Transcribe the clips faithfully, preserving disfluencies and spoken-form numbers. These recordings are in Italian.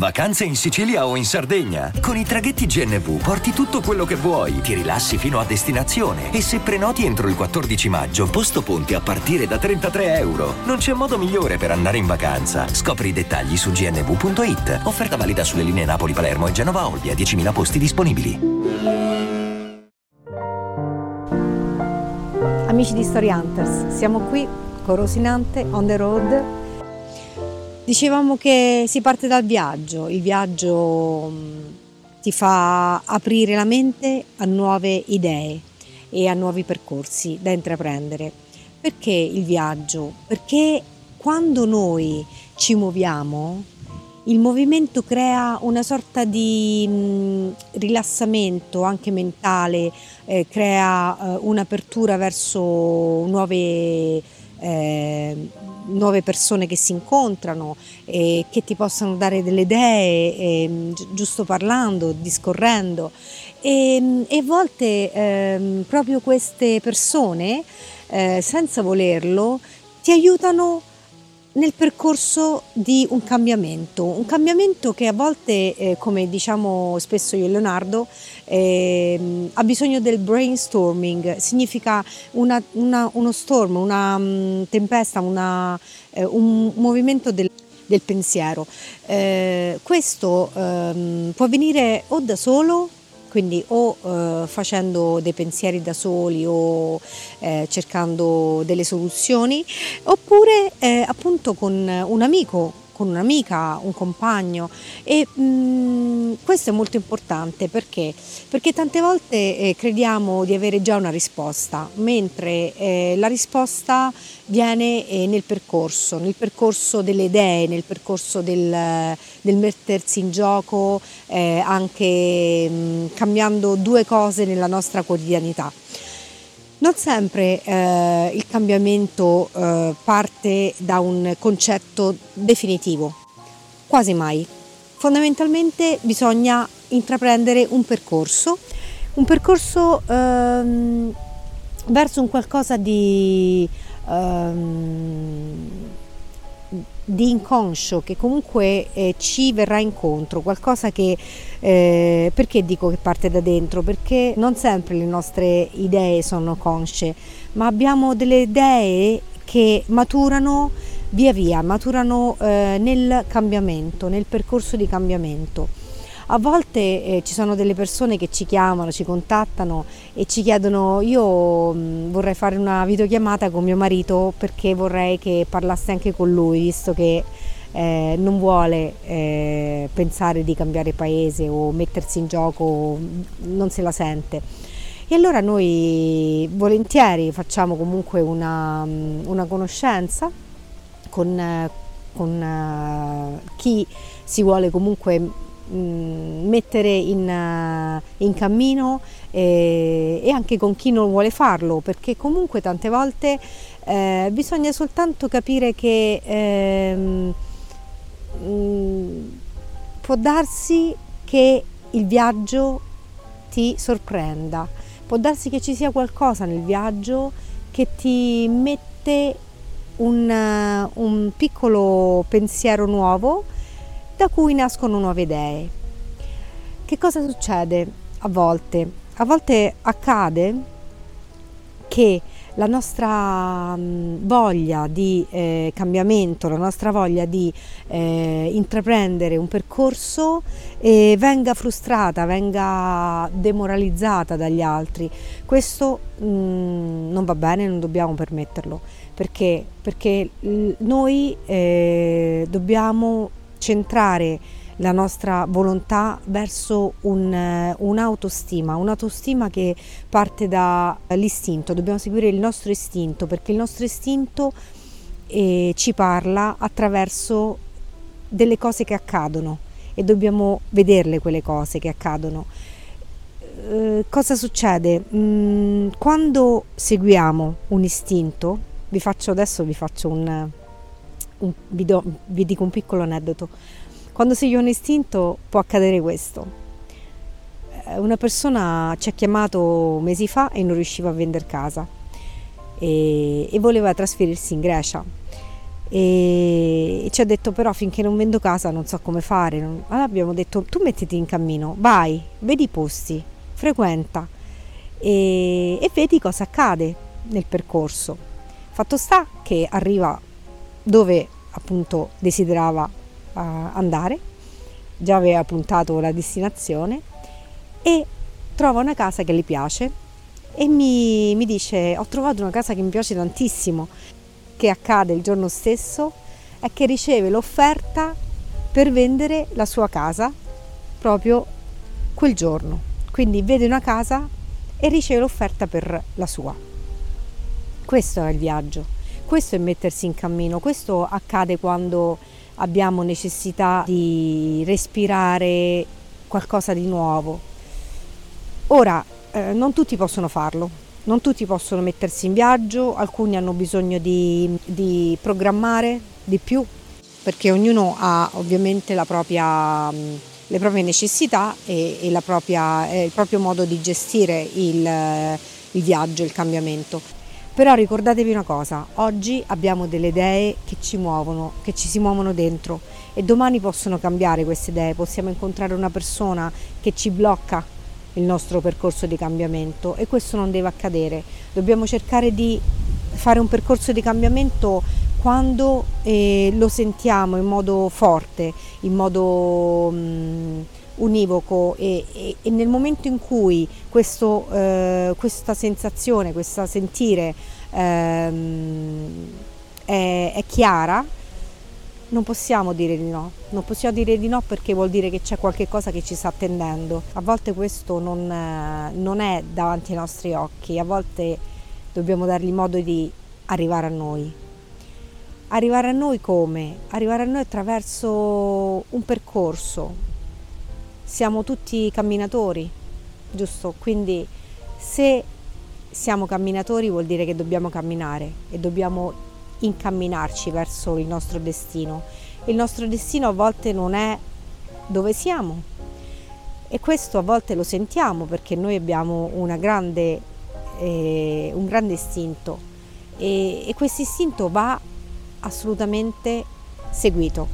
Vacanze in Sicilia o in Sardegna? Con i traghetti G N V porti tutto quello che vuoi, ti rilassi fino a destinazione e se prenoti entro il quattordici maggio, posto ponti a partire da trentatré euro. Non c'è modo migliore per andare in vacanza. Scopri i dettagli su g n v punto i t. Offerta valida sulle linee Napoli-Palermo e Genova-Olbia, diecimila posti disponibili. Amici di Story Hunters, siamo qui con Rosinante on the road. Dicevamo che si parte dal viaggio, il viaggio ti fa aprire la mente a nuove idee e a nuovi percorsi da intraprendere. Perché il viaggio? Perché quando noi ci muoviamo, il movimento crea una sorta di mh, rilassamento anche mentale, eh, crea eh, un'apertura verso nuove, eh, nuove persone che si incontrano e che ti possano dare delle idee, eh, gi- giusto parlando, discorrendo. E, e a volte ehm, proprio queste persone, eh, senza volerlo, ti aiutano nel percorso di un cambiamento, un cambiamento che a volte, eh, come diciamo spesso io e Leonardo, eh, ha bisogno del brainstorming, significa una, una, uno storm, una um, tempesta, una, eh, un movimento del, del pensiero. Eh, questo ehm, può avvenire o da solo, quindi o eh, facendo dei pensieri da soli o eh, cercando delle soluzioni, oppure eh, appunto con un amico, con un'amica, un compagno. E mh, questo è molto importante perché? Perché tante volte eh, crediamo di avere già una risposta, mentre eh, la risposta viene eh, nel percorso, nel percorso delle idee, nel percorso del, del mettersi in gioco, eh, anche mh, cambiando due cose nella nostra quotidianità. Non sempre eh, il cambiamento eh, parte da un concetto definitivo, quasi mai. Fondamentalmente bisogna intraprendere un percorso, un percorso ehm, verso un qualcosa di, ehm, di inconscio che comunque eh, ci verrà incontro, qualcosa che, eh, perché dico che parte da dentro? Perché non sempre le nostre idee sono consce, ma abbiamo delle idee che maturano via via, maturano eh, nel cambiamento, nel percorso di cambiamento. A volte eh, ci sono delle persone che ci chiamano, ci contattano e ci chiedono: io mh, vorrei fare una videochiamata con mio marito perché vorrei che parlasse anche con lui, visto che eh, non vuole eh, pensare di cambiare paese o mettersi in gioco, non se la sente. E allora noi volentieri facciamo comunque una, una conoscenza con, con chi si vuole comunque mettere in, in cammino e, e anche con chi non vuole farlo, perché comunque tante volte eh, bisogna soltanto capire che ehm, mh, può darsi che il viaggio ti sorprenda, può darsi che ci sia qualcosa nel viaggio che ti mette un, un piccolo pensiero nuovo da cui nascono nuove idee. Che cosa succede a volte? A volte accade che la nostra voglia di eh, cambiamento, la nostra voglia di eh, intraprendere un percorso eh, venga frustrata, venga demoralizzata dagli altri. Questo mh, non va bene, non dobbiamo permetterlo. Perché? Perché noi eh, dobbiamo centrare la nostra volontà verso un, un'autostima, un'autostima che parte dall'istinto. Dobbiamo seguire il nostro istinto, perché il nostro istinto eh, ci parla attraverso delle cose che accadono e dobbiamo vederle quelle cose che accadono. Eh, cosa succede? Mm, quando seguiamo un istinto, vi faccio adesso vi faccio un, un vi, do, vi dico un piccolo aneddoto. Quando segui un istinto può accadere questo. Una persona ci ha chiamato mesi fa e non riusciva a vendere casa e, e voleva trasferirsi in Grecia e ci ha detto però finché non vendo casa non so come fare. Allora abbiamo detto tu mettiti in cammino, vai, vedi i posti, frequenta e, e vedi cosa accade nel percorso. Fatto sta che arriva dove appunto desiderava uh, andare, già aveva puntato la destinazione e trova una casa che le piace e mi, mi dice ho trovato una casa che mi piace tantissimo. Che accade il giorno stesso è che riceve l'offerta per vendere la sua casa proprio quel giorno, quindi vede una casa e riceve l'offerta per la sua. Questo è il viaggio, questo è mettersi in cammino, questo accade quando abbiamo necessità di respirare qualcosa di nuovo. Ora, eh, non tutti possono farlo. Non tutti possono mettersi in viaggio, alcuni hanno bisogno di, di programmare di più, perché ognuno ha ovviamente la propria, le proprie necessità e, e la propria, eh, il proprio modo di gestire il, il viaggio, il cambiamento. Però ricordatevi una cosa, oggi abbiamo delle idee che ci muovono, che ci si muovono dentro e domani possono cambiare queste idee, possiamo incontrare una persona che ci blocca il nostro percorso di cambiamento e questo non deve accadere. Dobbiamo cercare di fare un percorso di cambiamento quando eh, lo sentiamo in modo forte, in modo mh, univoco e, e, e nel momento in cui questo, eh, questa sensazione, questa sentire ehm, è, è chiara, non possiamo dire di no, non possiamo dire di no perché vuol dire che c'è qualche cosa che ci sta attendendo. A volte questo non, non è davanti ai nostri occhi, a volte dobbiamo dargli modo di arrivare a noi. Arrivare a noi come? Arrivare a noi attraverso un percorso. Siamo tutti camminatori, giusto? Quindi se siamo camminatori vuol dire che dobbiamo camminare e dobbiamo incamminarci verso il nostro destino. Il nostro destino a volte non è dove siamo e questo a volte lo sentiamo perché noi abbiamo una grande, eh, un grande istinto e, e questo istinto va assolutamente seguito.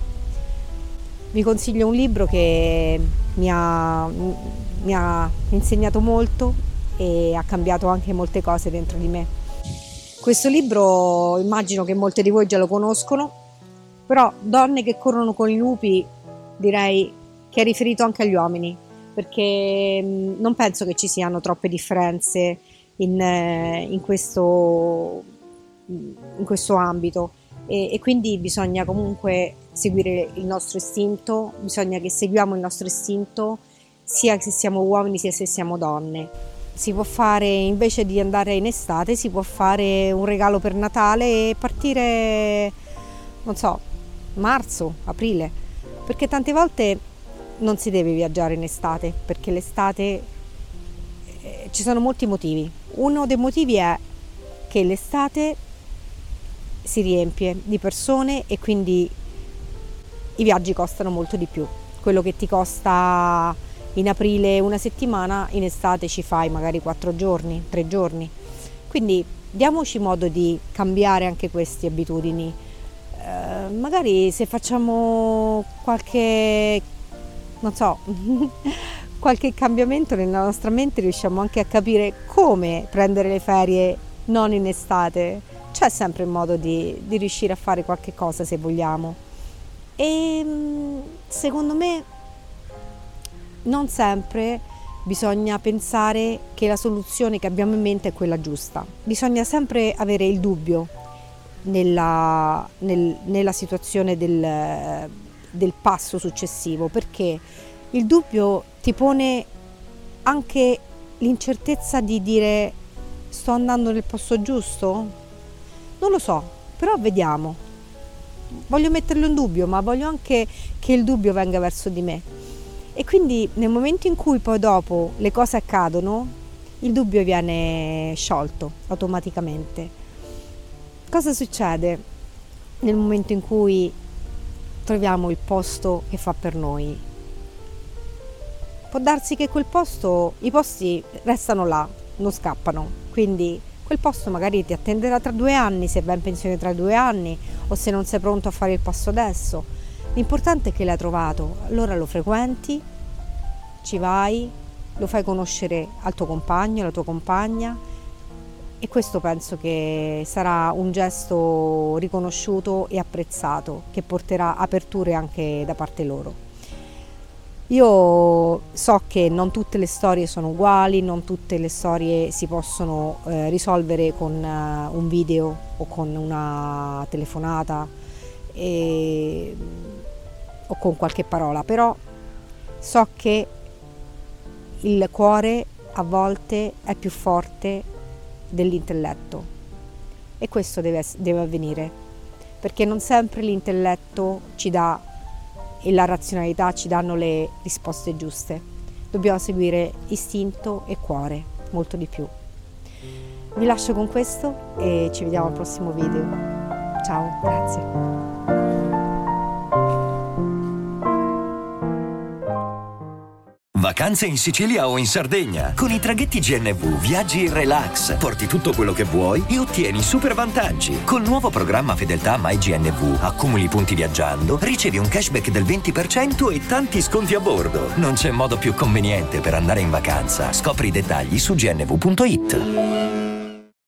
Vi consiglio un libro che mi ha, mi ha insegnato molto e ha cambiato anche molte cose dentro di me. Questo libro immagino che molte di voi già lo conoscono, però Donne che corrono con i lupi direi che è riferito anche agli uomini, perché non penso che ci siano troppe differenze in, in, questo, in questo ambito e, e quindi bisogna comunque seguire il nostro istinto, bisogna che seguiamo il nostro istinto sia se siamo uomini sia se siamo donne. Si può fare, invece di andare in estate, si può fare un regalo per Natale e partire, non so, marzo, aprile, perché tante volte non si deve viaggiare in estate, perché l'estate eh, ci sono molti motivi. Uno dei motivi è che l'estate si riempie di persone e quindi i viaggi costano molto di più. Quello che ti costa in aprile una settimana, in estate ci fai magari quattro giorni, tre giorni. Quindi diamoci modo di cambiare anche queste abitudini. Eh, magari se facciamo qualche, non so, qualche cambiamento nella nostra mente riusciamo anche a capire come prendere le ferie non in estate. C'è sempre il modo di, di riuscire a fare qualche cosa se vogliamo. E secondo me non sempre bisogna pensare che la soluzione che abbiamo in mente è quella giusta. Bisogna sempre avere il dubbio nella, nel, nella situazione del, del passo successivo, perché il dubbio ti pone anche l'incertezza di dire sto andando nel posto giusto? Non lo so, però vediamo. Voglio metterlo in dubbio, ma voglio anche che il dubbio venga verso di me. E quindi nel momento in cui poi dopo le cose accadono, il dubbio viene sciolto automaticamente. Cosa succede nel momento in cui troviamo il posto che fa per noi? Può darsi che quel posto, i posti restano là, non scappano, quindi quel posto magari ti attenderà tra due anni, se vai in pensione tra due anni o se non sei pronto a fare il passo adesso. L'importante è che l'hai trovato, allora lo frequenti, ci vai, lo fai conoscere al tuo compagno, alla tua compagna, e questo penso che sarà un gesto riconosciuto e apprezzato, che porterà aperture anche da parte loro. Io so che non tutte le storie sono uguali, non tutte le storie si possono eh, risolvere con uh, un video o con una telefonata e, o con qualche parola, però so che il cuore a volte è più forte dell'intelletto e questo deve, deve avvenire, perché non sempre l'intelletto ci dà e la razionalità ci danno le risposte giuste. Dobbiamo seguire istinto e cuore, molto di più. Vi lascio con questo e ci vediamo al prossimo video. Ciao, grazie. Vacanze in Sicilia o in Sardegna. Con i traghetti G N V viaggi in relax, porti tutto quello che vuoi e ottieni super vantaggi. Col nuovo programma Fedeltà MyGNV accumuli punti viaggiando, ricevi un cashback del venti per cento e tanti sconti a bordo. Non c'è modo più conveniente per andare in vacanza. Scopri i dettagli su gnv punto it.